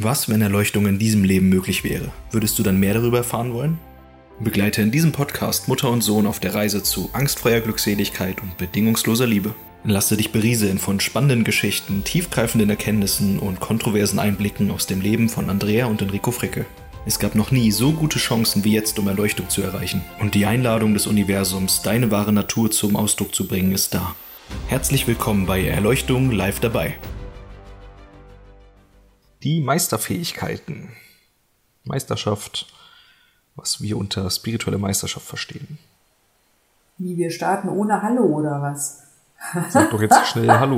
Was, wenn Erleuchtung in diesem Leben möglich wäre? Würdest du dann mehr darüber erfahren wollen? Begleite in diesem Podcast Mutter und Sohn auf der Reise zu angstfreier Glückseligkeit und bedingungsloser Liebe. Lasse dich berieseln von spannenden Geschichten, tiefgreifenden Erkenntnissen und kontroversen Einblicken aus dem Leben von Andrea und Enrico Fricke. Es gab noch nie so gute Chancen wie jetzt, um Erleuchtung zu erreichen. Und die Einladung des Universums, deine wahre Natur zum Ausdruck zu bringen, ist da. Herzlich willkommen bei Erleuchtung live dabei. Die Meisterfähigkeiten. Meisterschaft, was wir unter spirituelle Meisterschaft verstehen. Wie, wir starten ohne Hallo oder was? Sag doch jetzt schnell Hallo.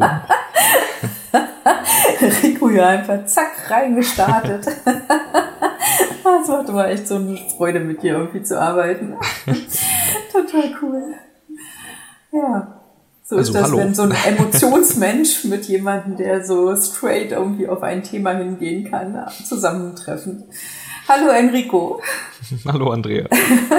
Rico ja einfach zack reingestartet. Das macht immer echt so eine Freude, mit dir irgendwie zu arbeiten. Total cool. Ja. So also, ist das, hallo. Wenn so ein Emotionsmensch mit jemandem, der so straight irgendwie auf ein Thema hingehen kann, zusammentreffen. Hallo Enrico. Hallo Andrea.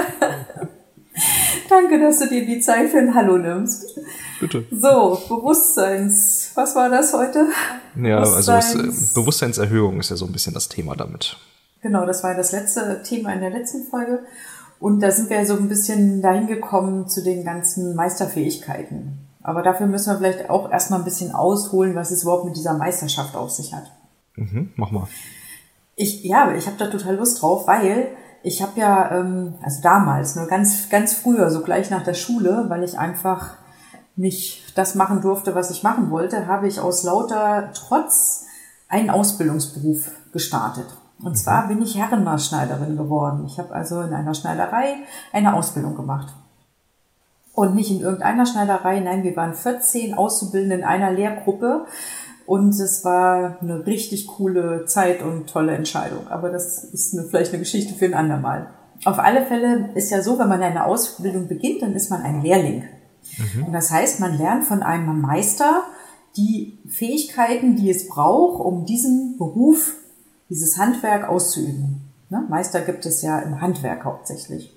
Danke, dass du dir die Zeit für ein Hallo nimmst. Bitte. So, was war das heute? Ja, also Bewusstseinserhöhung ist ja so ein bisschen das Thema damit. Genau, das war das letzte Thema in der letzten Folge. Und da sind wir so ein bisschen dahin gekommen zu den ganzen Meisterfähigkeiten. Aber dafür müssen wir vielleicht auch erstmal ein bisschen ausholen, was es überhaupt mit dieser Meisterschaft auf sich hat. Mach mal. Ich habe da total Lust drauf, weil ich habe ja, also damals, nur ganz, ganz früher, so gleich nach der Schule, weil ich einfach nicht das machen durfte, was ich machen wollte, habe ich aus lauter Trotz einen Ausbildungsberuf gestartet. Und zwar bin ich Herrenmaßschneiderin geworden. Ich habe also in einer Schneiderei eine Ausbildung gemacht. Und nicht in irgendeiner Schneiderei, nein, wir waren 14 Auszubildende in einer Lehrgruppe. Und es war eine richtig coole Zeit und tolle Entscheidung. Aber das ist vielleicht eine Geschichte für ein andermal. Auf alle Fälle ist ja so, wenn man eine Ausbildung beginnt, dann ist man ein Lehrling. Und das heißt, man lernt von einem Meister die Fähigkeiten, die es braucht, um diesen Beruf, dieses Handwerk auszuüben. Ne? Meister gibt es ja im Handwerk hauptsächlich.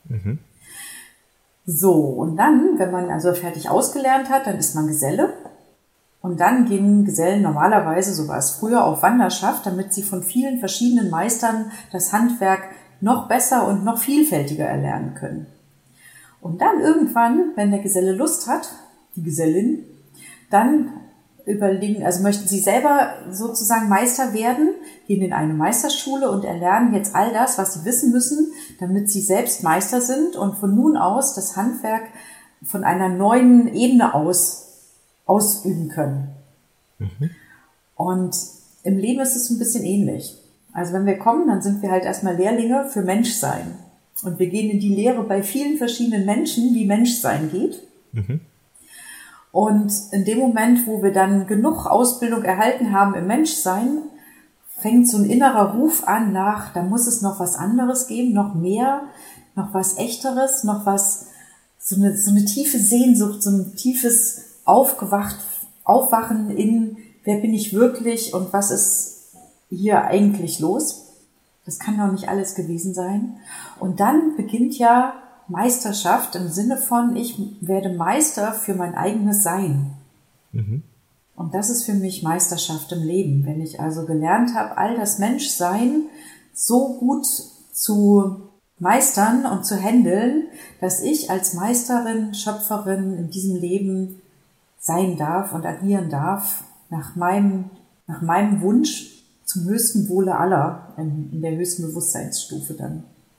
So, und dann, wenn man also fertig ausgelernt hat, dann ist man Geselle. Und dann gehen Gesellen normalerweise, so war es früher, auf Wanderschaft, damit sie von vielen verschiedenen Meistern das Handwerk noch besser und noch vielfältiger erlernen können. Und dann irgendwann, wenn der Geselle Lust hat, die Gesellin, dann möchten sie selber sozusagen Meister werden, gehen in eine Meisterschule und erlernen jetzt all das, was sie wissen müssen, damit sie selbst Meister sind und von nun aus das Handwerk von einer neuen Ebene ausüben können. Und im Leben ist es ein bisschen ähnlich. Also wenn wir kommen, dann sind wir halt erstmal Lehrlinge für Menschsein. Und wir gehen in die Lehre bei vielen verschiedenen Menschen, wie Menschsein geht. Und in dem Moment, wo wir dann genug Ausbildung erhalten haben im Menschsein, fängt so ein innerer Ruf an nach, da muss es noch was anderes geben, noch mehr, noch was Echteres, noch was, so eine tiefe Sehnsucht, so ein tiefes Aufwachen in, wer bin ich wirklich und was ist hier eigentlich los? Das kann doch nicht alles gewesen sein. Und dann beginnt ja Meisterschaft im Sinne von, ich werde Meister für mein eigenes Sein. Und das ist für mich Meisterschaft im Leben. Wenn ich also gelernt habe, all das Menschsein so gut zu meistern und zu handeln, dass ich als Meisterin, Schöpferin in diesem Leben sein darf und agieren darf, nach meinem Wunsch zum höchsten Wohle aller, in der höchsten Bewusstseinsstufe dann.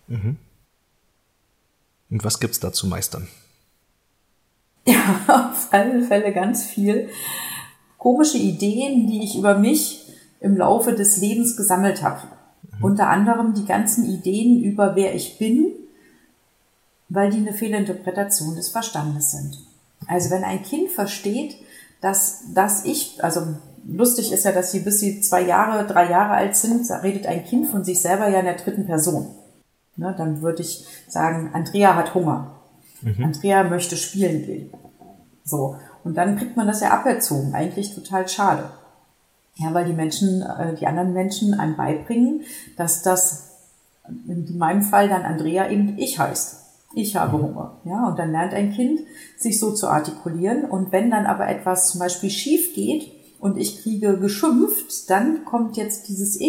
Und was gibt's da zu meistern? Ja, auf alle Fälle ganz viel komische Ideen, die ich über mich im Laufe des Lebens gesammelt habe. Unter anderem die ganzen Ideen über wer ich bin, weil die eine Fehlinterpretation des Verstandes sind. Also wenn ein Kind versteht, dass ich, also lustig ist ja, dass bis sie 2 Jahre, 3 Jahre alt sind, da redet ein Kind von sich selber ja in der 3. Person. Ne, dann würde ich sagen, Andrea hat Hunger. Andrea möchte spielen gehen. So. Und dann kriegt man das ja aberzogen. Eigentlich total schade. Ja, weil die anderen Menschen einem beibringen, dass das in meinem Fall dann Andrea eben ich heißt. Ich habe Hunger. Ja, und dann lernt ein Kind, sich so zu artikulieren. Und wenn dann aber etwas zum Beispiel schief geht und ich kriege geschimpft, dann kommt jetzt dieses Ich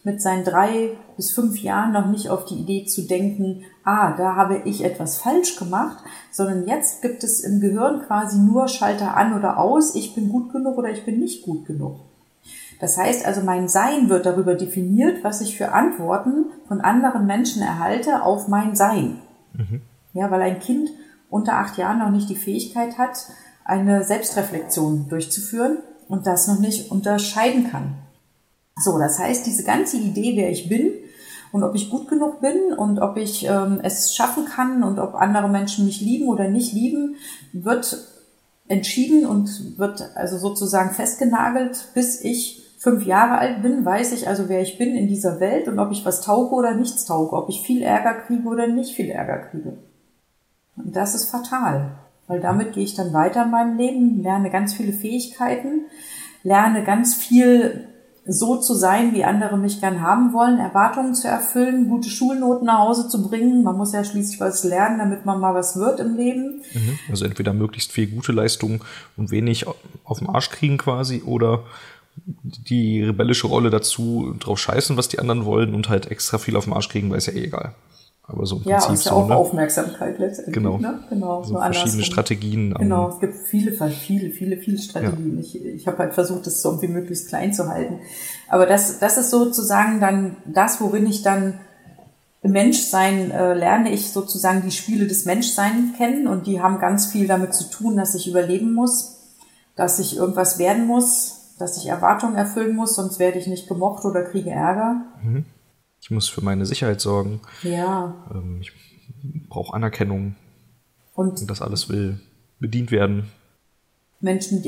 mit seinen 3 bis 5 Jahren noch nicht auf die Idee zu denken, da habe ich etwas falsch gemacht, sondern jetzt gibt es im Gehirn quasi nur Schalter an oder aus, ich bin gut genug oder ich bin nicht gut genug. Das heißt also, mein Sein wird darüber definiert, was ich für Antworten von anderen Menschen erhalte auf mein Sein. Ja, weil ein Kind unter 8 Jahren noch nicht die Fähigkeit hat, eine Selbstreflexion durchzuführen und das noch nicht unterscheiden kann. So, das heißt, diese ganze Idee, wer ich bin und ob ich gut genug bin und ob ich es schaffen kann und ob andere Menschen mich lieben oder nicht lieben, wird entschieden und wird also sozusagen festgenagelt, bis ich 5 Jahre alt bin, weiß ich also, wer ich bin in dieser Welt und ob ich was tauge oder nichts tauge, ob ich viel Ärger kriege oder nicht viel Ärger kriege. Und das ist fatal, weil damit gehe ich dann weiter in meinem Leben, lerne ganz viele Fähigkeiten, lerne ganz viel so zu sein, wie andere mich gern haben wollen, Erwartungen zu erfüllen, gute Schulnoten nach Hause zu bringen. Man muss ja schließlich was lernen, damit man mal was wird im Leben. Also entweder möglichst viel gute Leistungen und wenig auf den Arsch kriegen quasi oder die rebellische Rolle dazu, drauf scheißen, was die anderen wollen und halt extra viel auf den Arsch kriegen, weil ist ja eh egal. Aber so im Prinzip ist ja so, auch ne? Aufmerksamkeit letztendlich. Genau. Ne? Genau, so verschiedene Strategien. Genau, es gibt viele Strategien. Ja. Ich habe halt versucht, das so irgendwie möglichst klein zu halten. Aber das ist sozusagen dann das, worin ich dann im Menschsein lerne ich sozusagen die Spiele des Menschseins kennen und die haben ganz viel damit zu tun, dass ich überleben muss, dass ich irgendwas werden muss, dass ich Erwartungen erfüllen muss, sonst werde ich nicht gemocht oder kriege Ärger. Ich muss für meine Sicherheit sorgen. Ja. Ich brauche Anerkennung. Und das alles will bedient werden. Menschen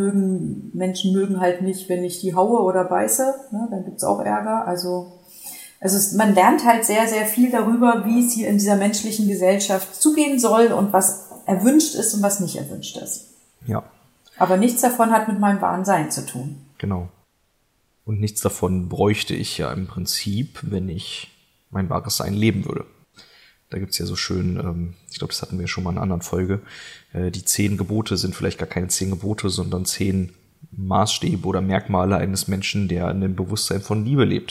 mögen halt nicht, wenn ich die haue oder beiße. Ne? Dann gibt's auch Ärger. Also man lernt halt sehr, sehr viel darüber, wie es hier in dieser menschlichen Gesellschaft zugehen soll und was erwünscht ist und was nicht erwünscht ist. Ja. Aber nichts davon hat mit meinem wahren Sein zu tun. Genau. Und nichts davon bräuchte ich ja im Prinzip, wenn ich mein wahres Sein leben würde. Da gibt's ja so schön, ich glaube, das hatten wir schon mal in einer anderen Folge, die 10 Gebote sind vielleicht gar keine 10 Gebote, sondern 10 Maßstäbe oder Merkmale eines Menschen, der in dem Bewusstsein von Liebe lebt.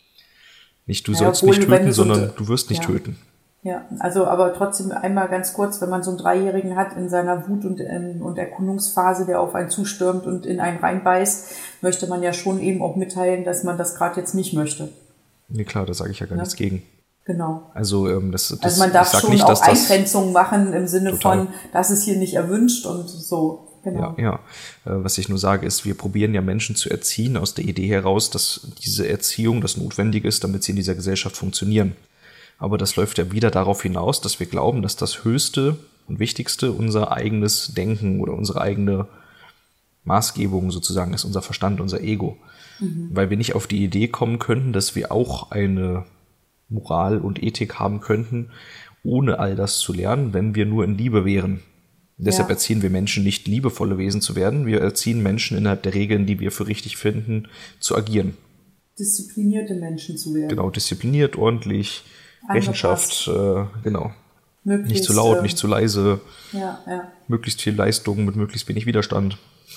Nicht du sollst nicht töten, sondern du wirst nicht töten. Ja, also aber trotzdem einmal ganz kurz, wenn man so einen 3-Jährigen hat in seiner Wut und Erkundungsphase, der auf einen zustürmt und in einen reinbeißt, möchte man ja schon eben auch mitteilen, dass man das gerade jetzt nicht möchte. Nee, klar, da sage ich ja gar nichts gegen. Genau. Also man darf schon nicht, auch Eingrenzungen machen im Sinne von, das ist hier nicht erwünscht und so. Genau. Ja. Was ich nur sage, ist, wir probieren ja Menschen zu erziehen aus der Idee heraus, dass diese Erziehung das notwendig ist, damit sie in dieser Gesellschaft funktionieren. Aber das läuft ja wieder darauf hinaus, dass wir glauben, dass das Höchste und Wichtigste unser eigenes Denken oder unsere eigene Maßgebung sozusagen ist, unser Verstand, unser Ego. Weil wir nicht auf die Idee kommen könnten, dass wir auch eine Moral und Ethik haben könnten, ohne all das zu lernen, wenn wir nur in Liebe wären. Deshalb erziehen wir Menschen nicht, liebevolle Wesen zu werden. Wir erziehen Menschen innerhalb der Regeln, die wir für richtig finden, zu agieren. Disziplinierte Menschen zu werden. Genau, diszipliniert, ordentlich, Rechenschaft, genau. Nicht zu laut, nicht zu leise. Möglichst viel Leistung mit möglichst wenig Widerstand.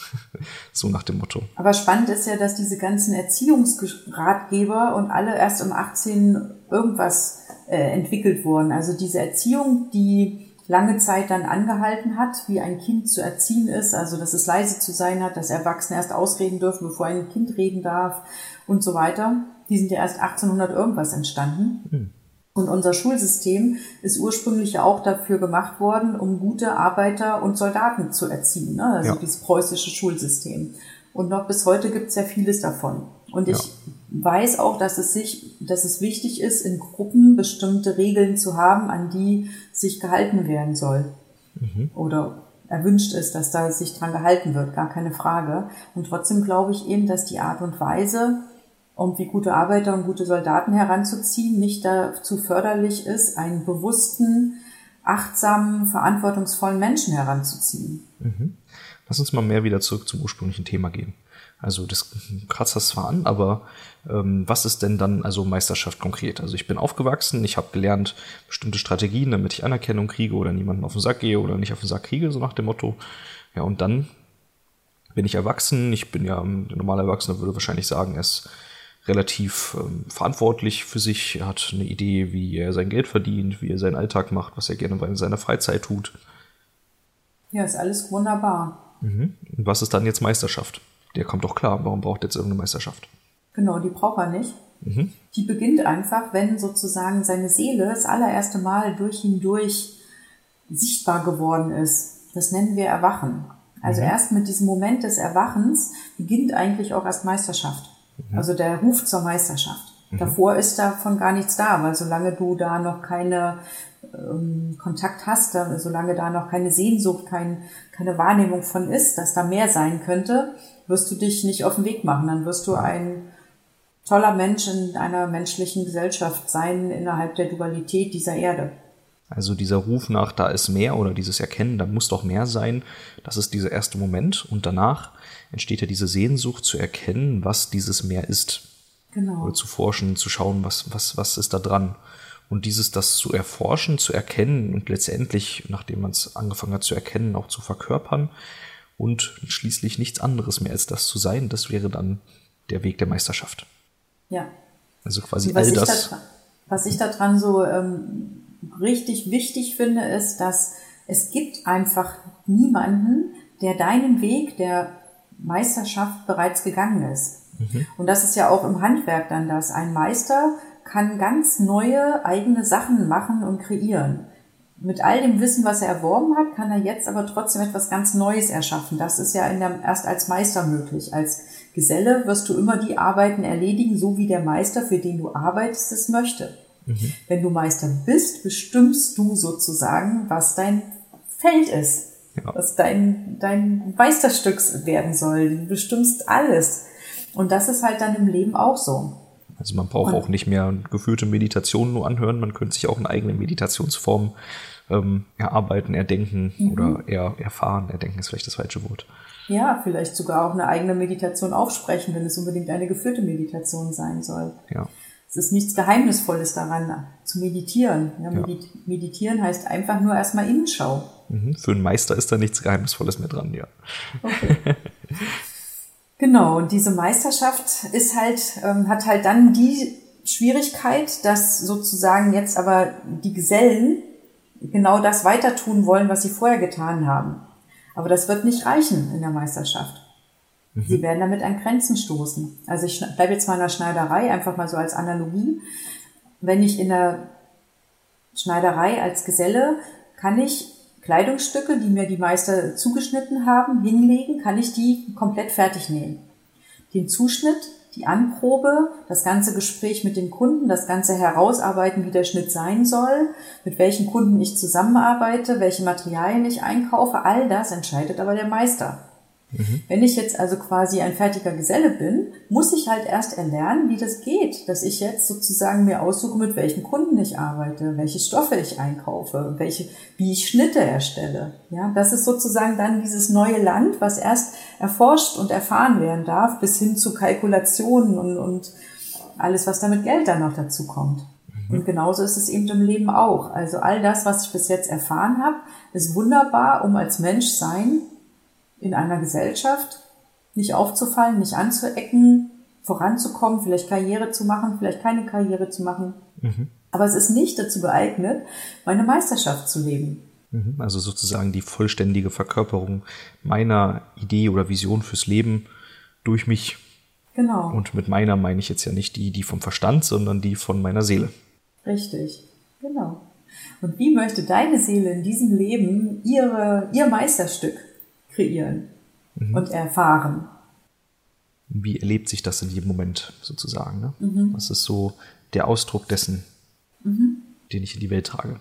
So nach dem Motto. Aber spannend ist ja, dass diese ganzen Erziehungsratgeber und alle erst um 18 irgendwas entwickelt wurden. Also diese Erziehung, die lange Zeit dann angehalten hat, wie ein Kind zu erziehen ist, also dass es leise zu sein hat, dass Erwachsene erst ausreden dürfen, bevor ein Kind reden darf und so weiter. Die sind ja erst 1800 irgendwas entstanden. Und unser Schulsystem ist ursprünglich ja auch dafür gemacht worden, um gute Arbeiter und Soldaten zu erziehen, ne? Also dieses preußische Schulsystem. Und noch bis heute gibt es ja vieles davon. Und ich weiß auch, dass es wichtig ist, in Gruppen bestimmte Regeln zu haben, an die sich gehalten werden soll. Oder erwünscht ist, dass da sich dran gehalten wird, gar keine Frage. Und trotzdem glaube ich eben, dass die Art und Weise, um wie gute Arbeiter und gute Soldaten heranzuziehen, nicht dazu förderlich ist, einen bewussten, achtsamen, verantwortungsvollen Menschen heranzuziehen. Lass uns mal mehr wieder zurück zum ursprünglichen Thema gehen. Also das kratzt das zwar an, aber was ist denn dann also Meisterschaft konkret? Also ich bin aufgewachsen, ich habe gelernt bestimmte Strategien, damit ich Anerkennung kriege oder niemanden auf den Sack gehe oder nicht auf den Sack kriege, so nach dem Motto. Ja, und dann bin ich erwachsen. Ich bin ja, ein normaler Erwachsener würde wahrscheinlich sagen, er ist relativ verantwortlich für sich. Er hat eine Idee, wie er sein Geld verdient, wie er seinen Alltag macht, was er gerne in seiner Freizeit tut. Ja, ist alles wunderbar. Und was ist dann jetzt Meisterschaft? Der kommt doch klar. Warum braucht er jetzt irgendeine Meisterschaft? Genau, die braucht er nicht. Die beginnt einfach, wenn sozusagen seine Seele das allererste Mal durch ihn durch sichtbar geworden ist. Das nennen wir Erwachen. Also erst mit diesem Moment des Erwachens beginnt eigentlich auch erst Meisterschaft. Also der Ruf zur Meisterschaft. Davor ist davon gar nichts da, weil solange du da noch keine Kontakt hast, solange da noch keine Sehnsucht, keine Wahrnehmung von ist, dass da mehr sein könnte, wirst du dich nicht auf den Weg machen. Dann wirst du ein toller Mensch in einer menschlichen Gesellschaft sein, innerhalb der Dualität dieser Erde. Also dieser Ruf nach, da ist mehr, oder dieses Erkennen, da muss doch mehr sein, das ist dieser erste Moment. Und danach entsteht ja diese Sehnsucht zu erkennen, was dieses Mehr ist. Genau. Oder zu forschen, zu schauen, was ist da dran. Und das zu erforschen, zu erkennen und letztendlich, nachdem man es angefangen hat zu erkennen, auch zu verkörpern und schließlich nichts anderes mehr als das zu sein, das wäre dann der Weg der Meisterschaft. Ja. Also quasi all das. Was ich daran so richtig wichtig finde, ist, dass es gibt einfach niemanden, der deinen Weg der Meisterschaft bereits gegangen ist. Und das ist ja auch im Handwerk dann das. Ein Meister kann ganz neue eigene Sachen machen und kreieren. Mit all dem Wissen, was er erworben hat, kann er jetzt aber trotzdem etwas ganz Neues erschaffen. Das ist ja erst als Meister möglich. Als Geselle wirst du immer die Arbeiten erledigen, so wie der Meister, für den du arbeitest, es möchte. Wenn du Meister bist, bestimmst du sozusagen, was dein Feld ist. Ja. Was dein Meisterstück werden soll. Du bestimmst alles. Und das ist halt dann im Leben auch so. Also man braucht auch nicht mehr geführte Meditationen nur anhören, man könnte sich auch eine eigene Meditationsform erarbeiten, erdenken oder erfahren. Erdenken ist vielleicht das falsche Wort. Ja, vielleicht sogar auch eine eigene Meditation aufsprechen, wenn es unbedingt eine geführte Meditation sein soll. Ja. Es ist nichts Geheimnisvolles daran, zu meditieren. Ja, meditieren heißt einfach nur erstmal Innenschau. Für einen Meister ist da nichts Geheimnisvolles mehr dran, ja. Okay. Genau, und diese Meisterschaft ist halt, hat halt dann die Schwierigkeit, dass sozusagen jetzt aber die Gesellen genau das weiter tun wollen, was sie vorher getan haben. Aber das wird nicht reichen in der Meisterschaft. Sie werden damit an Grenzen stoßen. Also ich bleibe jetzt mal in der Schneiderei, einfach mal so als Analogie. Wenn ich in der Schneiderei als Geselle, kann ich Kleidungsstücke, die mir die Meister zugeschnitten haben, hinlegen, kann ich die komplett fertig nähen. Den Zuschnitt, die Anprobe, das ganze Gespräch mit dem Kunden, das ganze Herausarbeiten, wie der Schnitt sein soll, mit welchen Kunden ich zusammenarbeite, welche Materialien ich einkaufe, all das entscheidet aber der Meister. Wenn ich jetzt also quasi ein fertiger Geselle bin, muss ich halt erst erlernen, wie das geht, dass ich jetzt sozusagen mir aussuche, mit welchen Kunden ich arbeite, welche Stoffe ich einkaufe, wie ich Schnitte erstelle. Ja, das ist sozusagen dann dieses neue Land, was erst erforscht und erfahren werden darf, bis hin zu Kalkulationen und alles, was da mit Geld dann noch dazu kommt. Und genauso ist es eben im Leben auch. Also all das, was ich bis jetzt erfahren habe, ist wunderbar, um als Mensch sein in einer Gesellschaft nicht aufzufallen, nicht anzuecken, voranzukommen, vielleicht Karriere zu machen, vielleicht keine Karriere zu machen. Aber es ist nicht dazu geeignet, meine Meisterschaft zu leben. Also sozusagen die vollständige Verkörperung meiner Idee oder Vision fürs Leben durch mich. Genau. Und mit meiner meine ich jetzt ja nicht die vom Verstand, sondern die von meiner Seele. Richtig, genau. Und wie möchte deine Seele in diesem Leben ihr Meisterstück kreieren und erfahren? Wie erlebt sich das in jedem Moment sozusagen? Ne? Was ist so der Ausdruck dessen, den ich in die Welt trage?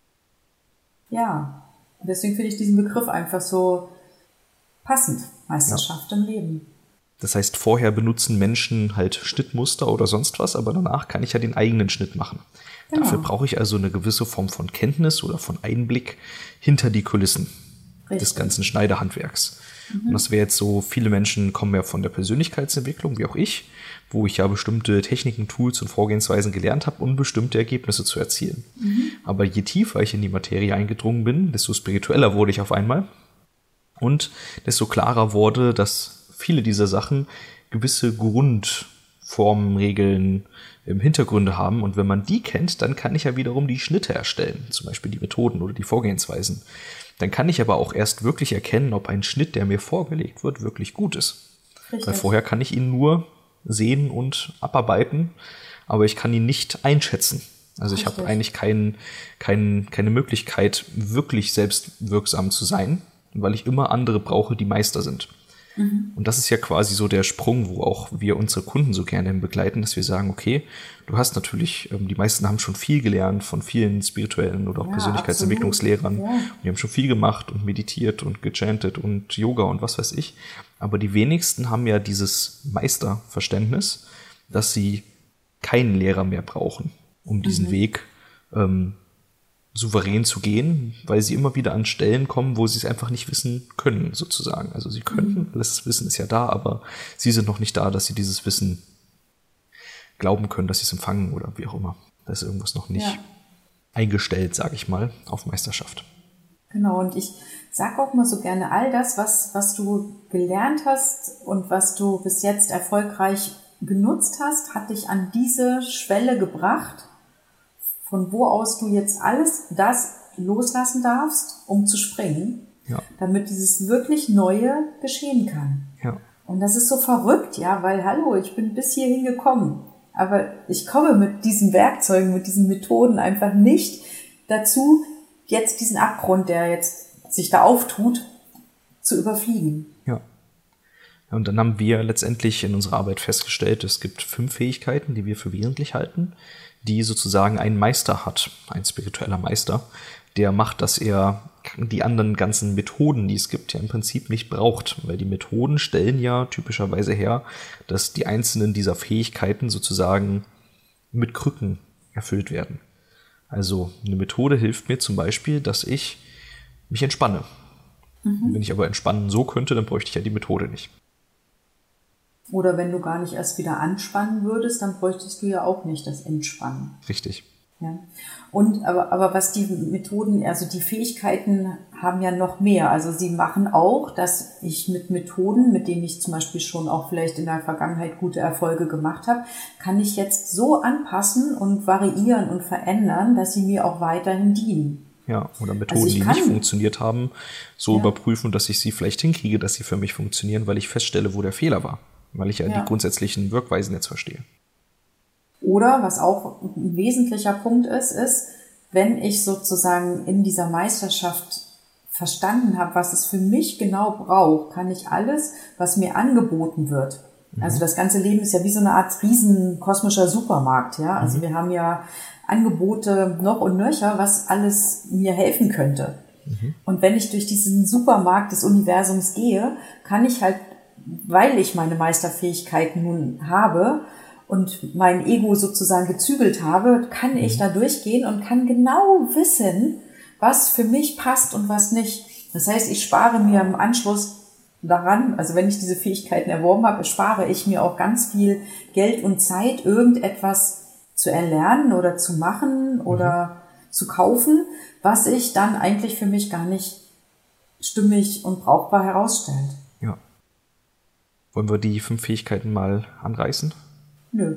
Ja, und deswegen finde ich diesen Begriff einfach so passend. Meisterschaft im Leben. Das heißt, vorher benutzen Menschen halt Schnittmuster oder sonst was, aber danach kann ich ja den eigenen Schnitt machen. Genau. Dafür brauche ich also eine gewisse Form von Kenntnis oder von Einblick hinter die Kulissen des ganzen Schneiderhandwerks. Und das wäre jetzt so, viele Menschen kommen ja von der Persönlichkeitsentwicklung, wie auch ich, wo ich ja bestimmte Techniken, Tools und Vorgehensweisen gelernt habe, um bestimmte Ergebnisse zu erzielen. Aber je tiefer ich in die Materie eingedrungen bin, desto spiritueller wurde ich auf einmal und desto klarer wurde, dass viele dieser Sachen gewisse Formen, Regeln, Hintergründe haben. Und wenn man die kennt, dann kann ich ja wiederum die Schnitte erstellen, zum Beispiel die Methoden oder die Vorgehensweisen. Dann kann ich aber auch erst wirklich erkennen, ob ein Schnitt, der mir vorgelegt wird, wirklich gut ist. Richtig. Weil vorher kann ich ihn nur sehen und abarbeiten, aber ich kann ihn nicht einschätzen. Also ich habe eigentlich keine Möglichkeit, wirklich selbstwirksam zu sein, weil ich immer andere brauche, die Meister sind. Und das ist ja quasi so der Sprung, wo auch wir unsere Kunden so gerne begleiten, dass wir sagen, okay, du hast natürlich, die meisten haben schon viel gelernt von vielen spirituellen oder auch Persönlichkeitsentwicklungslehrern. Ja. Und die haben schon viel gemacht und meditiert und gechantet und Yoga und was weiß ich. Aber die wenigsten haben ja dieses Meisterverständnis, dass sie keinen Lehrer mehr brauchen, um diesen Weg souverän zu gehen, weil sie immer wieder an Stellen kommen, wo sie es einfach nicht wissen können, sozusagen. Also sie könnten, das Wissen ist ja da, aber sie sind noch nicht da, dass sie dieses Wissen glauben können, dass sie es empfangen oder wie auch immer. Da ist irgendwas noch nicht eingestellt, sage ich mal, auf Meisterschaft. Genau, und ich sage auch mal so gerne, all das, was du gelernt hast und was du bis jetzt erfolgreich genutzt hast, hat dich an diese Schwelle gebracht, von wo aus du jetzt alles das loslassen darfst, um zu springen, damit dieses wirklich Neue geschehen kann. Ja. Und das ist so verrückt, weil, hallo, ich bin bis hierhin gekommen, aber ich komme mit diesen Werkzeugen, mit diesen Methoden einfach nicht dazu, jetzt diesen Abgrund, der jetzt sich da auftut, zu überfliegen. Ja. Und dann haben wir letztendlich in unserer Arbeit festgestellt, es gibt 5 Fähigkeiten, die wir für wesentlich halten, die sozusagen ein Meister hat, ein spiritueller Meister, der macht, dass er die anderen ganzen Methoden, die es gibt, ja im Prinzip nicht braucht, weil die Methoden stellen ja typischerweise her, dass die einzelnen dieser Fähigkeiten sozusagen mit Krücken erfüllt werden. Also eine Methode hilft mir zum Beispiel, dass ich mich entspanne. Wenn ich aber entspannen so könnte, dann bräuchte ich ja die Methode nicht. Oder wenn du gar nicht erst wieder anspannen würdest, dann bräuchtest du ja auch nicht das Entspannen. Richtig. Ja. Und aber was die Methoden, also die Fähigkeiten haben ja noch mehr. Also sie machen auch, dass ich mit Methoden, mit denen ich zum Beispiel schon auch vielleicht in der Vergangenheit gute Erfolge gemacht habe, kann ich jetzt so anpassen und variieren und verändern, dass sie mir auch weiterhin dienen. Ja, oder Methoden, die nicht funktioniert haben, so überprüfen, dass ich sie vielleicht hinkriege, dass sie für mich funktionieren, weil ich feststelle, wo der Fehler war. Weil ich ja die grundsätzlichen Wirkweisen jetzt verstehe. Oder, was auch ein wesentlicher Punkt ist, wenn ich sozusagen in dieser Meisterschaft verstanden habe, was es für mich genau braucht, kann ich alles, was mir angeboten wird. Also das ganze Leben ist ja wie so eine Art riesen kosmischer Supermarkt, ja. Also wir haben ja Angebote noch und nöcher, was alles mir helfen könnte. Und wenn ich durch diesen Supermarkt des Universums gehe, kann ich halt, weil ich meine Meisterfähigkeiten nun habe und mein Ego sozusagen gezügelt habe, kann ich da durchgehen und kann genau wissen, was für mich passt und was nicht. Das heißt, ich spare mir im Anschluss daran, also wenn ich diese Fähigkeiten erworben habe, spare ich mir auch ganz viel Geld und Zeit, irgendetwas zu erlernen oder zu machen oder zu kaufen, was sich dann eigentlich für mich gar nicht stimmig und brauchbar herausstellt. Ja. Wollen wir die 5 Fähigkeiten mal anreißen? Nö.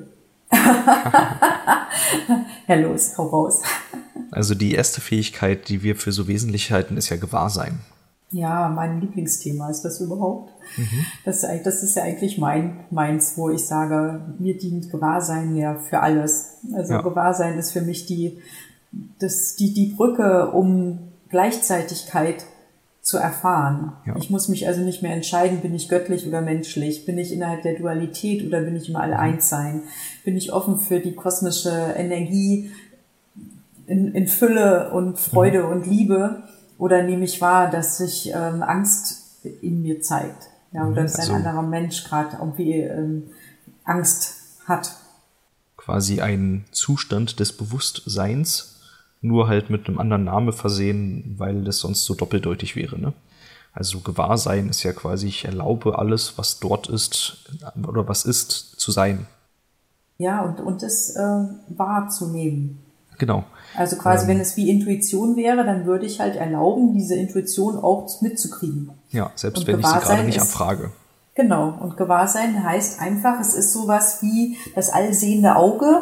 Ja, los, hau raus. Also die erste Fähigkeit, die wir für so wesentlich halten, ist ja Gewahrsein. Ja, mein Lieblingsthema ist das überhaupt. Das ist ja eigentlich meins, wo ich sage, mir dient Gewahrsein ja für alles. Also Gewahrsein ist für mich die Brücke, um Gleichzeitigkeit zu erfahren. Ja. Ich muss mich also nicht mehr entscheiden, bin ich göttlich oder menschlich? Bin ich innerhalb der Dualität oder bin ich im All-Eins-Sein? Bin ich offen für die kosmische Energie in Fülle und Freude und Liebe? Oder nehme ich wahr, dass sich Angst in mir zeigt? Ja, oder dass ein anderer Mensch gerade irgendwie Angst hat. Quasi ein Zustand des Bewusstseins, nur halt mit einem anderen Namen versehen, weil das sonst so doppeldeutig wäre, ne? Also Gewahrsein ist ja quasi, ich erlaube alles, was dort ist oder was ist, zu sein. Ja, und es wahrzunehmen. Genau. Also quasi, wenn es wie Intuition wäre, dann würde ich halt erlauben, diese Intuition auch mitzukriegen. Ja, selbst wenn ich sie gerade nicht abfrage. Genau. Und Gewahrsein heißt einfach, es ist sowas wie das allsehende Auge,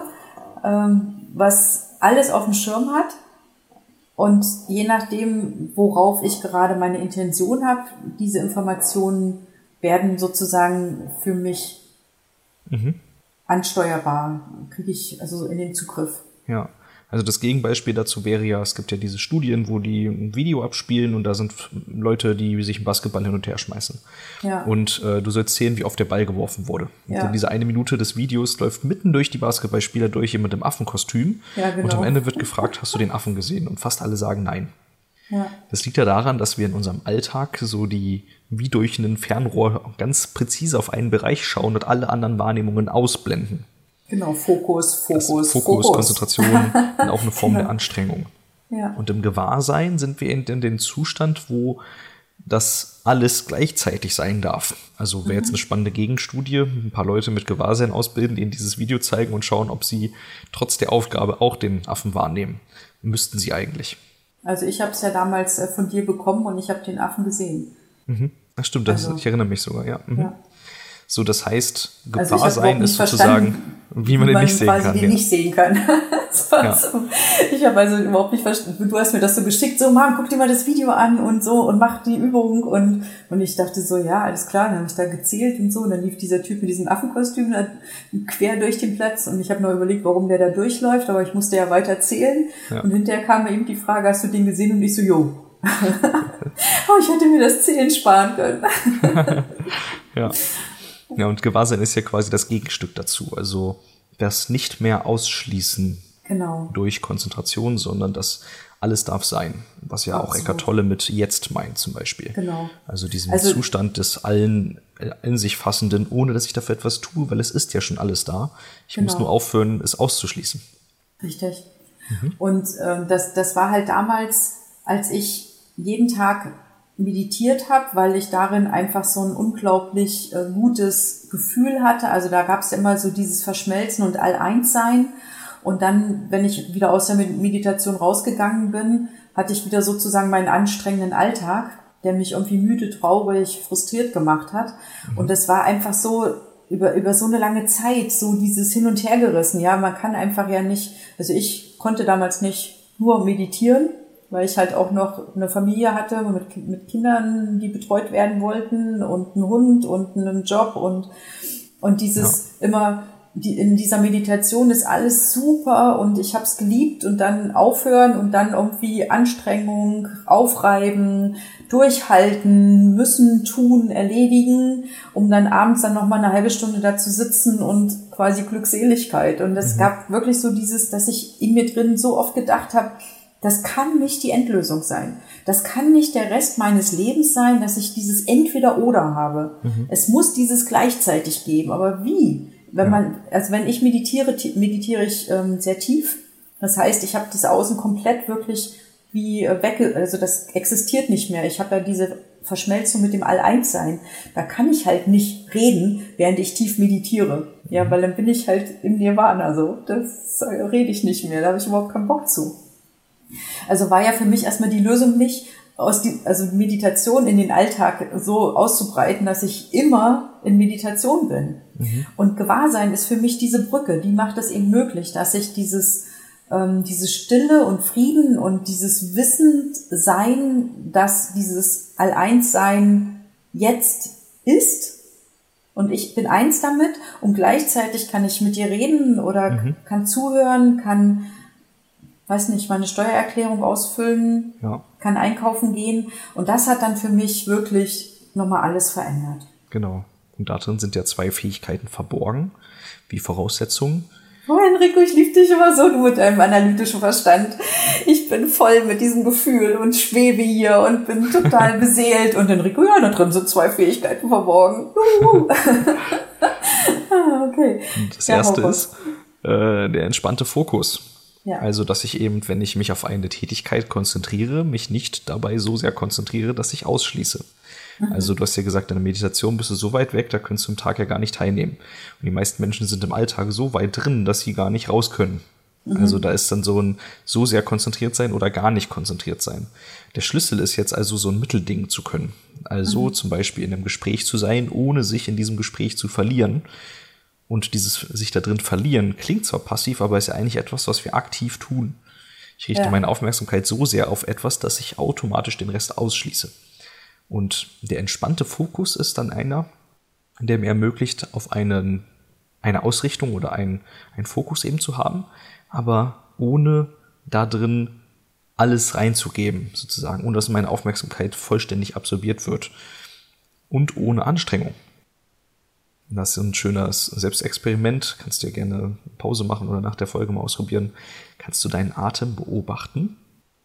was alles auf dem Schirm hat. Und je nachdem, worauf ich gerade meine Intention habe, diese Informationen werden sozusagen für mich ansteuerbar, kriege ich also in den Zugriff. Ja, also das Gegenbeispiel dazu wäre ja, es gibt ja diese Studien, wo die ein Video abspielen und da sind Leute, die sich einen Basketball hin und her schmeißen. Ja. Und du sollst sehen, wie oft der Ball geworfen wurde. Und in dieser 1 Minute des Videos läuft mitten durch die Basketballspieler durch jemand im Affenkostüm. Ja, genau. Und am Ende wird gefragt, hast du den Affen gesehen? Und fast alle sagen nein. Ja. Das liegt ja daran, dass wir in unserem Alltag so wie durch ein Fernrohr ganz präzise auf einen Bereich schauen und alle anderen Wahrnehmungen ausblenden. Genau, Fokus. Konzentration und auch eine Form der Anstrengung. Ja. Und im Gewahrsein sind wir in dem Zustand, wo das alles gleichzeitig sein darf. Also wäre jetzt eine spannende Gegenstudie, ein paar Leute mit Gewahrsein ausbilden, denen dieses Video zeigen und schauen, ob sie trotz der Aufgabe auch den Affen wahrnehmen. Müssten sie eigentlich. Also ich habe es ja damals von dir bekommen und ich habe den Affen gesehen. Das stimmt, ich erinnere mich sogar, ja. Ja. So, das heißt, Also Gewahrsein ist sozusagen, wie man den nicht sehen kann. Den nicht sehen kann. Das war so. Ich habe also überhaupt nicht verstanden. Du hast mir das so geschickt, so, Mann, guck dir mal das Video an und so und mach die Übung. Und ich dachte so, ja, alles klar. Dann habe ich da gezählt und so. Und dann lief dieser Typ mit diesem Affenkostüm da quer durch den Platz. Und ich habe nur überlegt, warum der da durchläuft. Aber ich musste ja weiter zählen. Ja. Und hinterher kam mir eben die Frage, hast du den gesehen? Und ich so, jo. Oh, ich hätte mir das Zählen sparen können. Ja. Ja, und Gewahrsein ist ja quasi das Gegenstück dazu. Also das nicht mehr ausschließen durch Konzentration, sondern das alles darf sein. Was ja auch Eckhart Tolle mit jetzt meint zum Beispiel. Genau. Also diesen Zustand des allen in sich Fassenden, ohne dass ich dafür etwas tue, weil es ist ja schon alles da. Ich muss nur aufhören, es auszuschließen. Richtig. Und das war halt damals, als ich jeden Tag meditiert habe, weil ich darin einfach so ein unglaublich gutes Gefühl hatte. Also da gab es ja immer so dieses Verschmelzen und All-Eins-Sein. Und dann, wenn ich wieder aus der Meditation rausgegangen bin, hatte ich wieder sozusagen meinen anstrengenden Alltag, der mich irgendwie müde, traurig, frustriert gemacht hat. Und das war einfach so über so eine lange Zeit, so dieses Hin- und Hergerissen. Ja, man kann einfach ja nicht, also ich konnte damals nicht nur meditieren, weil ich halt auch noch eine Familie hatte mit Kindern, die betreut werden wollten und einen Hund und einen Job und dieses immer, in dieser Meditation ist alles super und ich habe es geliebt und dann aufhören und dann irgendwie Anstrengung, aufreiben, durchhalten, müssen, tun, erledigen, um dann abends dann nochmal eine halbe Stunde da zu sitzen und quasi Glückseligkeit. Und es gab wirklich so dieses, dass ich in mir drin so oft gedacht habe, das kann nicht die Endlösung sein. Das kann nicht der Rest meines Lebens sein, dass ich dieses Entweder-Oder habe. Es muss dieses gleichzeitig geben. Aber wie? Wenn ich meditiere ich sehr tief. Das heißt, ich habe das Außen komplett wirklich wie also das existiert nicht mehr. Ich habe ja diese Verschmelzung mit dem All-Eins-Sein. Da kann ich halt nicht reden, während ich tief meditiere. Ja, weil dann bin ich halt im Nirvana so. Das rede ich nicht mehr. Da habe ich überhaupt keinen Bock zu. Also war ja für mich erstmal die Lösung nicht, also Meditation in den Alltag so auszubreiten, dass ich immer in Meditation bin. Und Gewahrsein ist für mich diese Brücke, die macht es eben möglich, dass ich diese Stille und Frieden und dieses Wissendsein, dass dieses All-Eins-Sein jetzt ist und ich bin eins damit und gleichzeitig kann ich mit dir reden oder kann zuhören, kann meine Steuererklärung ausfüllen, kann einkaufen gehen. Und das hat dann für mich wirklich nochmal alles verändert. Genau. Und da drin sind ja 2 Fähigkeiten verborgen, wie Voraussetzungen. Oh, Enrico, ich liebe dich immer so, du mit deinem analytischen Verstand. Ich bin voll mit diesem Gefühl und schwebe hier und bin total beseelt. Und Enrico, ja, da drin sind 2 Fähigkeiten verborgen. Okay. Und das erste ist der entspannte Fokus. Ja. Also, dass ich eben, wenn ich mich auf eine Tätigkeit konzentriere, mich nicht dabei so sehr konzentriere, dass ich ausschließe. Also, du hast ja gesagt, in der Meditation bist du so weit weg, da könntest du am Tag ja gar nicht teilnehmen. Und die meisten Menschen sind im Alltag so weit drin, dass sie gar nicht raus können. Also da ist dann so sehr konzentriert sein oder gar nicht konzentriert sein. Der Schlüssel ist jetzt also so ein Mittelding zu können. Also zum Beispiel in einem Gespräch zu sein, ohne sich in diesem Gespräch zu verlieren. Und dieses sich da drin verlieren klingt zwar passiv, aber ist ja eigentlich etwas, was wir aktiv tun. Ich richte meine Aufmerksamkeit so sehr auf etwas, dass ich automatisch den Rest ausschließe. Und der entspannte Fokus ist dann einer, der mir ermöglicht, auf eine Ausrichtung oder einen Fokus eben zu haben, aber ohne da drin alles reinzugeben, sozusagen, ohne dass meine Aufmerksamkeit vollständig absorbiert wird und ohne Anstrengung. Das ist ein schönes Selbstexperiment, kannst dir gerne Pause machen oder nach der Folge mal ausprobieren. Kannst du deinen Atem beobachten,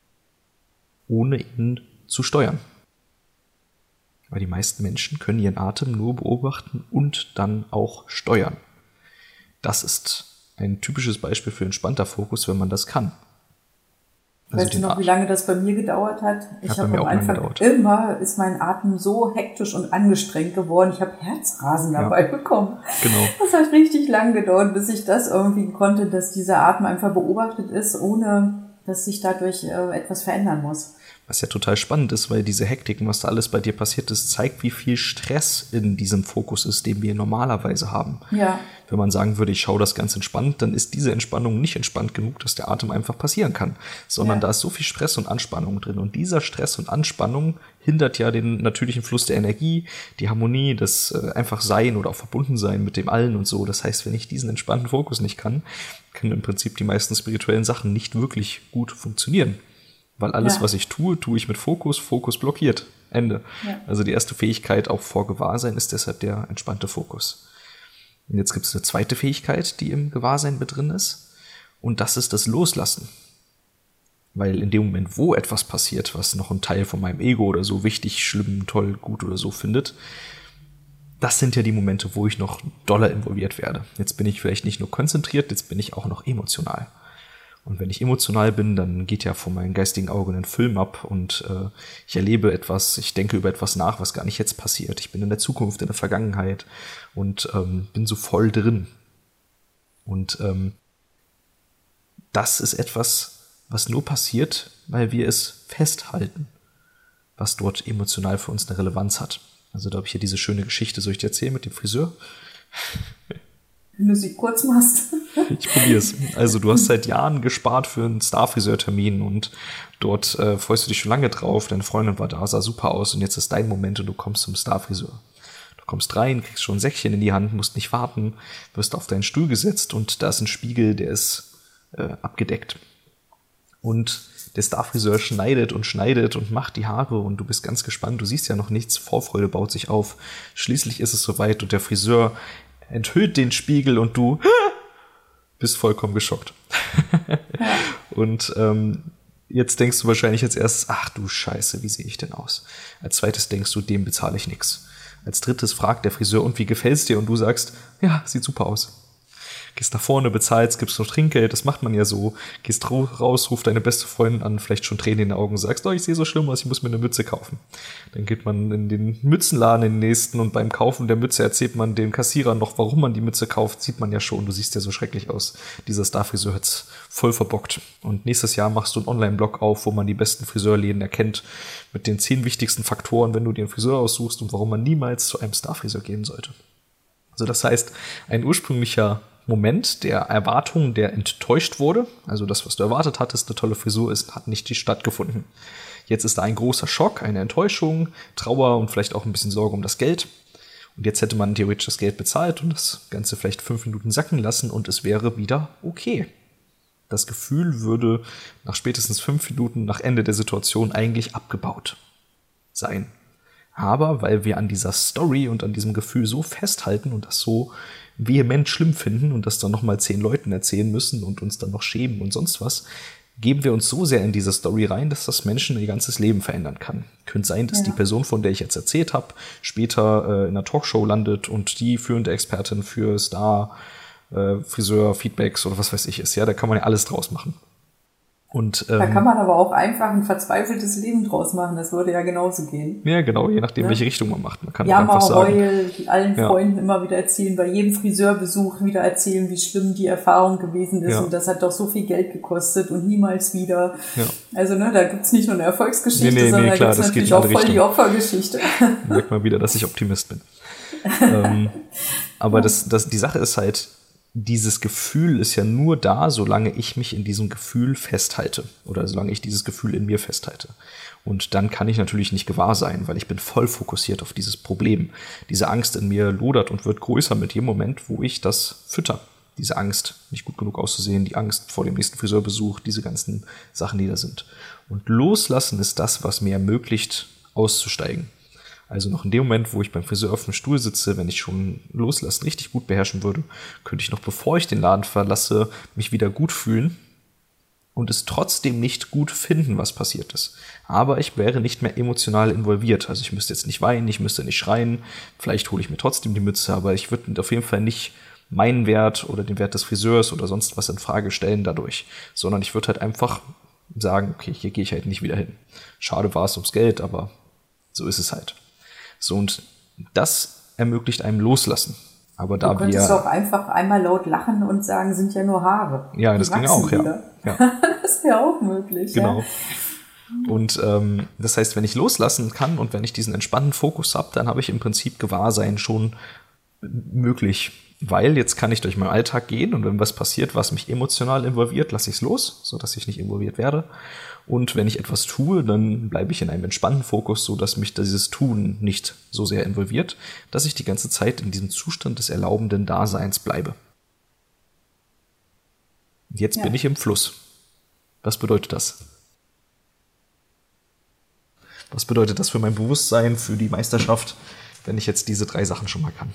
ohne ihn zu steuern. Weil die meisten Menschen können ihren Atem nur beobachten und dann auch steuern. Das ist ein typisches Beispiel für entspannter Fokus, wenn man das kann. Also weißt du noch, wie lange das bei mir gedauert hat? Ich habe am Anfang ist mein Atem so hektisch und angestrengt geworden. Ich habe Herzrasen dabei bekommen. Genau. Das hat richtig lang gedauert, bis ich das irgendwie konnte, dass dieser Atem einfach beobachtet ist, ohne dass sich dadurch etwas verändern muss. Was ja total spannend ist, weil diese Hektik, was da alles bei dir passiert ist, zeigt, wie viel Stress in diesem Fokus ist, den wir normalerweise haben. Ja. Wenn man sagen würde, ich schaue das ganz entspannt, dann ist diese Entspannung nicht entspannt genug, dass der Atem einfach passieren kann. Sondern da ist so viel Stress und Anspannung drin. Und dieser Stress und Anspannung hindert ja den natürlichen Fluss der Energie, die Harmonie, das einfach Sein oder auch Verbundensein mit dem Allen und so. Das heißt, wenn ich diesen entspannten Fokus nicht kann, können im Prinzip die meisten spirituellen Sachen nicht wirklich gut funktionieren. Weil alles, was ich tue ich mit Fokus. Fokus blockiert. Ende. Ja. Also die erste Fähigkeit auch vor Gewahrsein ist deshalb der entspannte Fokus. Und jetzt gibt es eine zweite Fähigkeit, die im Gewahrsein mit drin ist. Und das ist das Loslassen. Weil in dem Moment, wo etwas passiert, was noch ein Teil von meinem Ego oder so wichtig, schlimm, toll, gut oder so findet, das sind ja die Momente, wo ich noch doller involviert werde. Jetzt bin ich vielleicht nicht nur konzentriert, jetzt bin ich auch noch emotional. Und wenn ich emotional bin, dann geht ja vor meinen geistigen Augen ein Film ab und ich erlebe etwas, ich denke über etwas nach, was gar nicht jetzt passiert. Ich bin in der Zukunft, in der Vergangenheit und bin so voll drin. Und das ist etwas, was nur passiert, weil wir es festhalten, was dort emotional für uns eine Relevanz hat. Also da habe ich hier diese schöne Geschichte, soll ich dir erzählen mit dem Friseur? Wenn du sie kurz machst. Ich probier's. Also du hast seit Jahren gespart für einen Star-Friseur-Termin und dort freust du dich schon lange drauf. Deine Freundin war da, sah super aus und jetzt ist dein Moment und du kommst zum Star-Friseur. Du kommst rein, kriegst schon ein Säckchen in die Hand, musst nicht warten, wirst auf deinen Stuhl gesetzt und da ist ein Spiegel, der ist abgedeckt. Und der Star-Friseur schneidet und macht die Haare und du bist ganz gespannt. Du siehst ja noch nichts, Vorfreude baut sich auf. Schließlich ist es soweit und der Friseur enthüllt den Spiegel und du bist vollkommen geschockt. Ja. Und jetzt denkst du wahrscheinlich als erstes, ach du Scheiße, wie sehe ich denn aus? Als zweites denkst du, dem bezahle ich nichts. Als drittes fragt der Friseur, und wie gefällt's dir? Und du sagst, ja, sieht super aus. Gehst nach vorne, bezahlst, gibst noch Trinkgeld, das macht man ja so. Gehst raus, rufst deine beste Freundin an, vielleicht schon Tränen in den Augen, sagst, oh, ich sehe so schlimm aus, ich muss mir eine Mütze kaufen. Dann geht man in den Mützenladen, in den nächsten, und beim Kaufen der Mütze erzählt man dem Kassierer noch, warum man die Mütze kauft, sieht man ja schon, du siehst ja so schrecklich aus. Dieser Star-Friseur hat's voll verbockt. Und nächstes Jahr machst du einen Online-Blog auf, wo man die besten Friseurläden erkennt, mit den 10 wichtigsten Faktoren, wenn du dir einen Friseur aussuchst und warum man niemals zu einem Star-Friseur gehen sollte. Also das heißt, ein ursprünglicher Moment der Erwartung, der enttäuscht wurde, also das, was du erwartet hattest, eine tolle Frisur ist, hat nicht stattgefunden. Jetzt ist da ein großer Schock, eine Enttäuschung, Trauer und vielleicht auch ein bisschen Sorge um das Geld. Und jetzt hätte man theoretisch das Geld bezahlt und das Ganze vielleicht 5 Minuten sacken lassen und es wäre wieder okay. Das Gefühl würde nach spätestens 5 Minuten nach Ende der Situation eigentlich abgebaut sein. Aber weil wir an dieser Story und an diesem Gefühl so festhalten und das so vehement schlimm finden und das dann nochmal 10 Leuten erzählen müssen und uns dann noch schämen und sonst was, geben wir uns so sehr in diese Story rein, dass das Menschen ihr ganzes Leben verändern kann. Könnte sein, dass die Person, von der ich jetzt erzählt habe, später in einer Talkshow landet und die führende Expertin für Star, Friseur, Feedbacks oder was weiß ich ist. Ja, da kann man ja alles draus machen. Und, da kann man aber auch einfach ein verzweifeltes Leben draus machen. Das würde ja genauso gehen. Ja, genau, je nachdem, welche Richtung man macht. Man kann ja, auch einfach sagen, heul, allen Freunden immer wieder erzählen, bei jedem Friseurbesuch wieder erzählen, wie schlimm die Erfahrung gewesen ist. Und das hat doch so viel Geld gekostet und niemals wieder. Ja. Also da gibt's nicht nur eine Erfolgsgeschichte, sondern da gibt's natürlich auch voll die Opfergeschichte. Merkt mal wieder, dass ich Optimist bin. Aber die Sache ist halt, dieses Gefühl ist ja nur da, solange ich mich in diesem Gefühl festhalte oder solange ich dieses Gefühl in mir festhalte. Und dann kann ich natürlich nicht gewahr sein, weil ich bin voll fokussiert auf dieses Problem. Diese Angst in mir lodert und wird größer mit jedem Moment, wo ich das fütter. Diese Angst, nicht gut genug auszusehen, die Angst vor dem nächsten Friseurbesuch, diese ganzen Sachen, die da sind. Und loslassen ist das, was mir ermöglicht, auszusteigen. Also noch in dem Moment, wo ich beim Friseur auf dem Stuhl sitze, wenn ich schon Loslassen richtig gut beherrschen würde, könnte ich noch, bevor ich den Laden verlasse, mich wieder gut fühlen und es trotzdem nicht gut finden, was passiert ist. Aber ich wäre nicht mehr emotional involviert. Also ich müsste jetzt nicht weinen, ich müsste nicht schreien. Vielleicht hole ich mir trotzdem die Mütze, aber ich würde auf jeden Fall nicht meinen Wert oder den Wert des Friseurs oder sonst was in Frage stellen dadurch. Sondern ich würde halt einfach sagen, okay, hier gehe ich halt nicht wieder hin. Schade war es ums Geld, aber so ist es halt. So, und das ermöglicht einem Loslassen. Aber da du könntest auch einfach einmal laut lachen und sagen, sind ja nur Haare. Ja, das ging auch, ja. Das wäre auch möglich. Genau. Ja. Und das heißt, wenn ich loslassen kann und wenn ich diesen entspannten Fokus habe, dann habe ich im Prinzip Gewahrsein schon möglich. Weil jetzt kann ich durch meinen Alltag gehen und wenn was passiert, was mich emotional involviert, lasse ich es los, sodass ich nicht involviert werde. Und wenn ich etwas tue, dann bleibe ich in einem entspannten Fokus, sodass mich dieses Tun nicht so sehr involviert, dass ich die ganze Zeit in diesem Zustand des erlaubenden Daseins bleibe. Jetzt bin ich im Fluss. Was bedeutet das? Was bedeutet das für mein Bewusstsein, für die Meisterschaft, wenn ich jetzt diese 3 Sachen schon mal kann?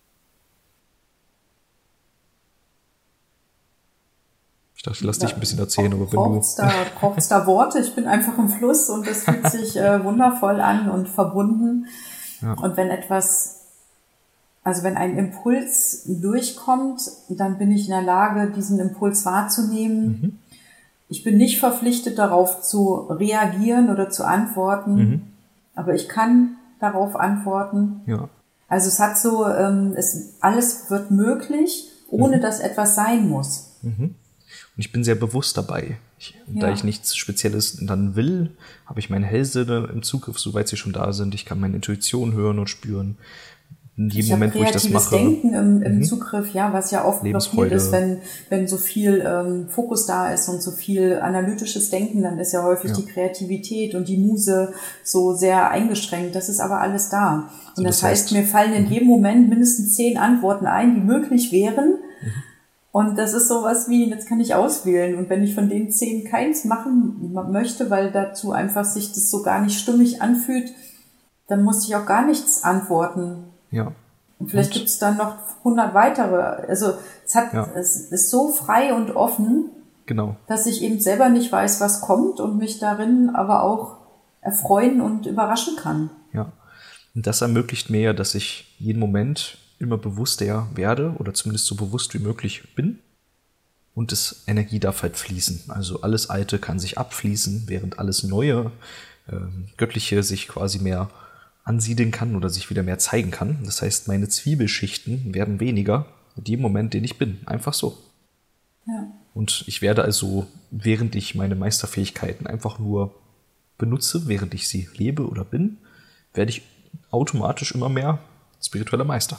Ich dachte, ich lasse dich ein bisschen erzählen, aber braucht's da Worte? Ich bin einfach im Fluss und das fühlt sich wundervoll an und verbunden. Ja. Und wenn wenn ein Impuls durchkommt, dann bin ich in der Lage, diesen Impuls wahrzunehmen. Mhm. Ich bin nicht verpflichtet, darauf zu reagieren oder zu antworten, aber ich kann darauf antworten. Ja. Also es hat so, alles wird möglich, ohne dass etwas sein muss. Mhm. Und ich bin sehr bewusst dabei. Da ich nichts Spezielles dann will, habe ich meine Hellsinne im Zugriff, soweit sie schon da sind. Ich kann meine Intuition hören und spüren. In jedem Moment, wo ich das mache. Denken im Zugriff, was ja oft blockiert ist, wenn so viel Fokus da ist und so viel analytisches Denken, dann ist ja häufig die Kreativität und die Muse so sehr eingeschränkt. Das ist aber alles da. Und das heißt, mir fallen in jedem Moment mindestens 10 Antworten ein, die möglich wären. Und das ist sowas wie, jetzt kann ich auswählen. Und wenn ich von den 10 keins machen möchte, weil dazu einfach sich das so gar nicht stimmig anfühlt, dann muss ich auch gar nichts antworten. Ja. Und vielleicht gibt es dann noch 100 weitere. Also es ist so frei und offen, dass ich eben selber nicht weiß, was kommt und mich darin aber auch erfreuen und überraschen kann. Ja. Und das ermöglicht mir ja, dass ich jeden Moment immer bewusster werde oder zumindest so bewusst wie möglich bin. Und das Energie darf halt fließen. Also alles Alte kann sich abfließen, während alles Neue, Göttliche sich quasi mehr ansiedeln kann oder sich wieder mehr zeigen kann. Das heißt, meine Zwiebelschichten werden weniger mit jedem Moment, den ich bin. Einfach so. Ja. Und ich werde also, während ich meine Meisterfähigkeiten einfach nur benutze, während ich sie lebe oder bin, werde ich automatisch immer mehr spiritueller Meister.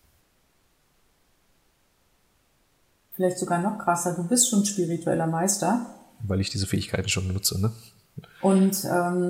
Vielleicht sogar noch krasser, du bist schon spiritueller Meister. Weil ich diese Fähigkeiten schon benutze, ne? Und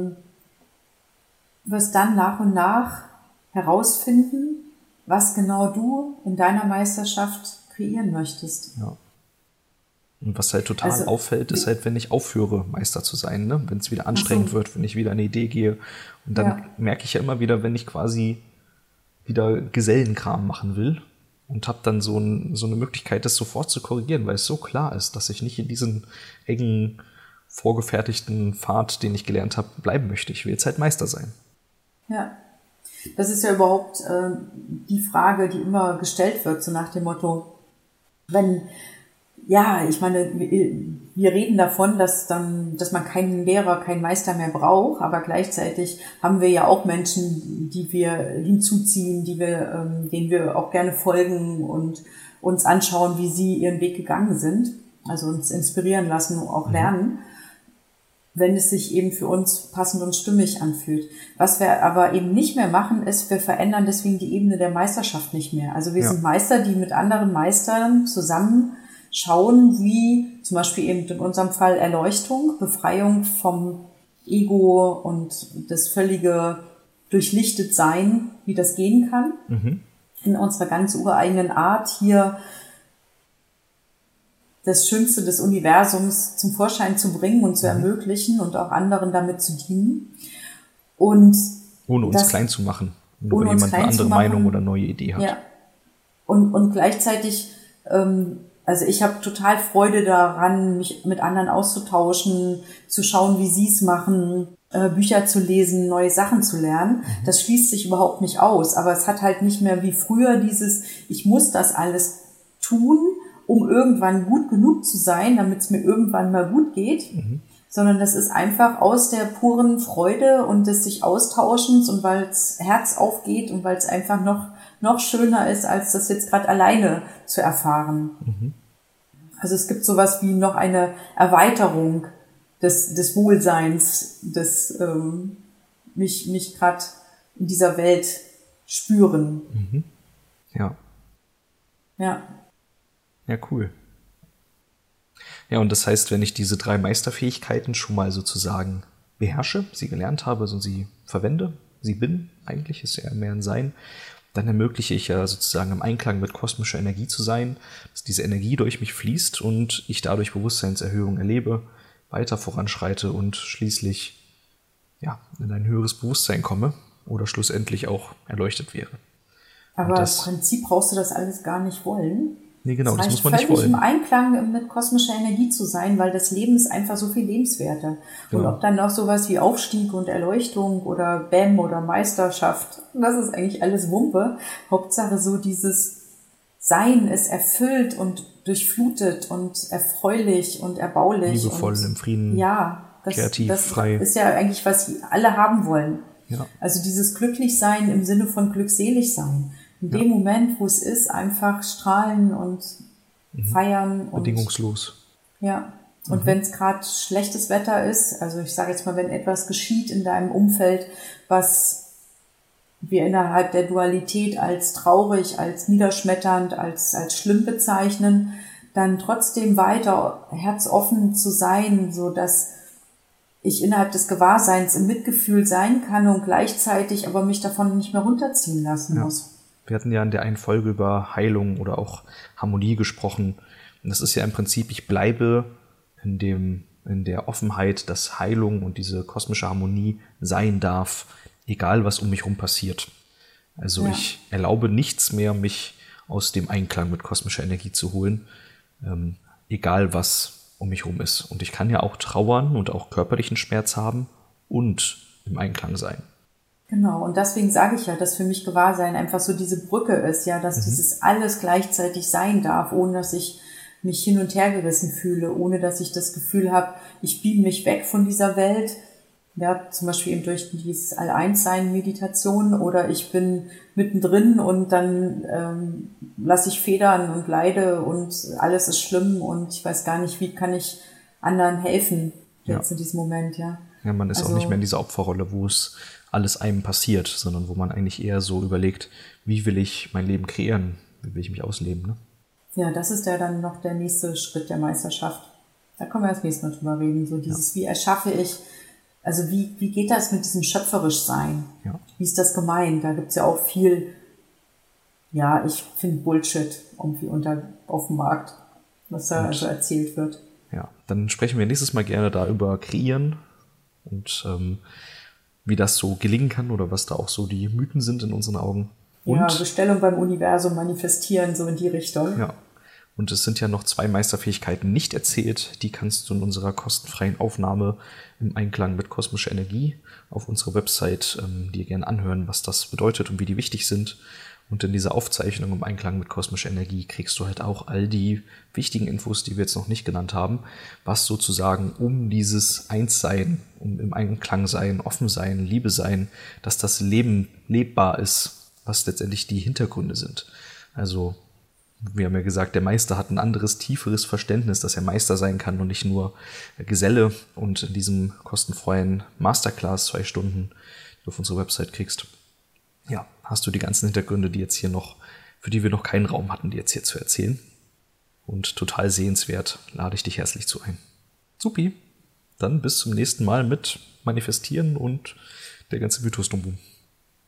wirst dann nach und nach herausfinden, was genau du in deiner Meisterschaft kreieren möchtest. Ja. Und was halt total auffällt, ist halt, wenn ich aufhöre, Meister zu sein, ne? Wenn es wieder anstrengend wird, wenn ich wieder eine Idee gehe. Und dann merke ich ja immer wieder, wenn ich quasi wieder Gesellenkram machen will und habe dann so eine Möglichkeit, das sofort zu korrigieren, weil es so klar ist, dass ich nicht in diesen engen, vorgefertigten Pfad, den ich gelernt habe, bleiben möchte. Ich will jetzt halt Meister sein. Ja, das ist ja überhaupt die Frage, die immer gestellt wird, so nach dem Motto, wenn ja, ich meine, wir reden davon, dass man keinen Lehrer, keinen Meister mehr braucht, aber gleichzeitig haben wir ja auch Menschen, die wir hinzuziehen, denen wir auch gerne folgen und uns anschauen, wie sie ihren Weg gegangen sind, also uns inspirieren lassen und auch lernen, wenn es sich eben für uns passend und stimmig anfühlt. Was wir aber eben nicht mehr machen, ist, wir verändern deswegen die Ebene der Meisterschaft nicht mehr. Also wir sind Meister, die mit anderen Meistern zusammen schauen, wie zum Beispiel eben in unserem Fall Erleuchtung, Befreiung vom Ego und das völlige Durchlichtetsein, wie das gehen kann, in unserer ganz ureigenen Art hier das Schönste des Universums zum Vorschein zu bringen und zu ermöglichen und auch anderen damit zu dienen. Und ohne uns klein zu machen, nur weil jemand eine andere Meinung oder neue Idee hat. Ja. Und gleichzeitig, also ich habe total Freude daran, mich mit anderen auszutauschen, zu schauen, wie sie es machen, Bücher zu lesen, neue Sachen zu lernen. Das schließt sich überhaupt nicht aus, aber es hat halt nicht mehr wie früher dieses, ich muss das alles tun, um irgendwann gut genug zu sein, damit es mir irgendwann mal gut geht, sondern das ist einfach aus der puren Freude und des sich Austauschens und weil das Herz aufgeht und weil es einfach noch schöner ist, als das jetzt gerade alleine zu erfahren. Also es gibt sowas wie noch eine Erweiterung des Wohlseins, des mich gerade in dieser Welt spüren. Ja. Ja. Ja, cool. Ja, und das heißt, wenn ich diese 3 Meisterfähigkeiten schon mal sozusagen beherrsche, sie gelernt habe, also sie verwende, sie bin, eigentlich ist ja mehr ein Sein, dann ermögliche ich ja sozusagen im Einklang mit kosmischer Energie zu sein, dass diese Energie durch mich fließt und ich dadurch Bewusstseinserhöhung erlebe, weiter voranschreite und schließlich ja in ein höheres Bewusstsein komme oder schlussendlich auch erleuchtet wäre. Aber im Prinzip brauchst du das alles gar nicht wollen. Nee, genau, das muss man nicht völlig wollen. Im Einklang mit kosmischer Energie zu sein, weil das Leben ist einfach so viel lebenswerter. Und ob dann noch sowas wie Aufstieg und Erleuchtung oder BAM oder Meisterschaft, das ist eigentlich alles Wumpe. Hauptsache so dieses Sein ist erfüllt und durchflutet und erfreulich und erbaulich. Liebevoll, und, im Frieden, kreativ, frei. Das ist ja eigentlich, was alle haben wollen. Ja. Also dieses Glücklichsein im Sinne von glückselig sein. In dem Moment, wo es ist, einfach strahlen und feiern. Und bedingungslos. Ja, und wenn es gerade schlechtes Wetter ist, also ich sage jetzt mal, wenn etwas geschieht in deinem Umfeld, was wir innerhalb der Dualität als traurig, als niederschmetternd, als schlimm bezeichnen, dann trotzdem weiter herzoffen zu sein, so dass ich innerhalb des Gewahrseins im Mitgefühl sein kann und gleichzeitig aber mich davon nicht mehr runterziehen lassen muss. Wir hatten ja in der einen Folge über Heilung oder auch Harmonie gesprochen. Und das ist ja im Prinzip, ich bleibe in der Offenheit, dass Heilung und diese kosmische Harmonie sein darf, egal was um mich herum passiert. Also ich erlaube nichts mehr, mich aus dem Einklang mit kosmischer Energie zu holen, egal was um mich herum ist. Und ich kann ja auch trauern und auch körperlichen Schmerz haben und im Einklang sein. Genau, und deswegen sage ich ja, dass für mich Gewahrsein einfach so diese Brücke ist, ja, dass dieses alles gleichzeitig sein darf, ohne dass ich mich hin und her gerissen fühle, ohne dass ich das Gefühl habe, ich beam mich weg von dieser Welt, ja, zum Beispiel eben durch dieses All-Eins-Sein-Meditation oder ich bin mittendrin und dann lasse ich federn und leide und alles ist schlimm und ich weiß gar nicht, wie kann ich anderen helfen jetzt in diesem Moment, Ja, man ist auch nicht mehr in dieser Opferrolle, wo es alles einem passiert, sondern wo man eigentlich eher so überlegt, wie will ich mein Leben kreieren, wie will ich mich ausleben, ne? Ja, das ist ja dann noch der nächste Schritt der Meisterschaft. Da können wir das nächste Mal drüber reden, so dieses, wie erschaffe ich, also wie geht das mit diesem Schöpferischsein? Ja. Wie ist das gemeint? Da gibt's ja auch viel, ja, ich finde Bullshit irgendwie auf dem Markt, was da also erzählt wird. Ja, dann sprechen wir nächstes Mal gerne da über Kreieren und wie das so gelingen kann oder was da auch so die Mythen sind in unseren Augen. Und, ja, Bestellung beim Universum, manifestieren, so in die Richtung. Ja, und es sind ja noch 2 Meisterfähigkeiten nicht erzählt. Die kannst du in unserer kostenfreien Aufnahme im Einklang mit kosmischer Energie auf unserer Website dir gerne anhören, was das bedeutet und wie die wichtig sind. Und in dieser Aufzeichnung im Einklang mit kosmischer Energie kriegst du halt auch all die wichtigen Infos, die wir jetzt noch nicht genannt haben, was sozusagen um dieses Einssein, um im Einklang sein, offen sein, Liebe sein, dass das Leben lebbar ist, was letztendlich die Hintergründe sind. Also wir haben ja gesagt, der Meister hat ein anderes, tieferes Verständnis, dass er Meister sein kann und nicht nur Geselle. Und in diesem kostenfreien Masterclass 2 Stunden, die du auf unserer Website kriegst, ja, hast du die ganzen Hintergründe, die jetzt hier noch, für die wir noch keinen Raum hatten, die jetzt hier zu erzählen. Und total sehenswert, lade ich dich herzlich zu ein. Supi, dann bis zum nächsten Mal mit Manifestieren und der ganze Mythos drumherum.